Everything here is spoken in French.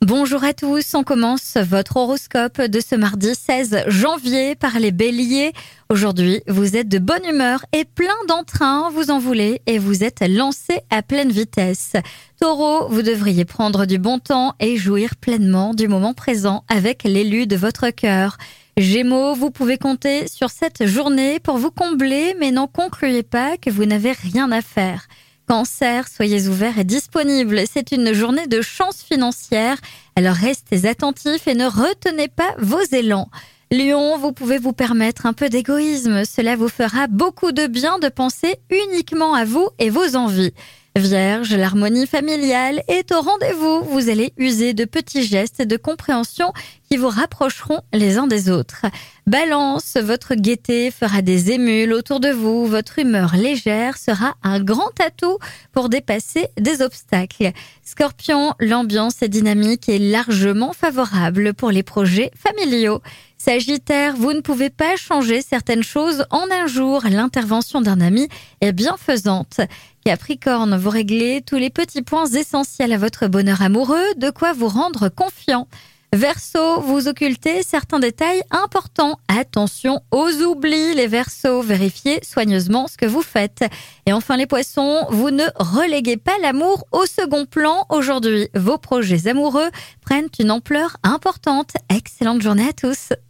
Bonjour à tous, on commence votre horoscope de ce mardi 16 janvier par les béliers. Aujourd'hui, vous êtes de bonne humeur et plein d'entrain, vous en voulez et vous êtes lancé à pleine vitesse. Taureau, vous devriez prendre du bon temps et jouir pleinement du moment présent avec l'élu de votre cœur. Gémeaux, vous pouvez compter sur cette journée pour vous combler, mais n'en concluez pas que vous n'avez rien à faire. Cancer, soyez ouverts et disponibles. C'est une journée de chance financière, alors restez attentifs et ne retenez pas vos élans. Lion, vous pouvez vous permettre un peu d'égoïsme. Cela vous fera beaucoup de bien de penser uniquement à vous et vos envies. Vierge, l'harmonie familiale est au rendez-vous. Vous allez user de petits gestes de compréhension qui vous rapprocheront les uns des autres. Balance, votre gaieté fera des émules autour de vous. Votre humeur légère sera un grand atout pour dépasser des obstacles. Scorpion, l'ambiance est dynamique et largement favorable pour les projets familiaux. Sagittaire, vous ne pouvez pas changer certaines choses en un jour. L'intervention d'un ami est bienfaisante. Capricorne, vous réglez tous les petits points essentiels à votre bonheur amoureux, de quoi vous rendre confiant. Verseau, vous occultez certains détails importants. Attention aux oublis, les Verseaux. Vérifiez soigneusement ce que vous faites. Et enfin les Poissons, vous ne reléguez pas l'amour au second plan. Aujourd'hui, vos projets amoureux prennent une ampleur importante. Excellente journée à tous.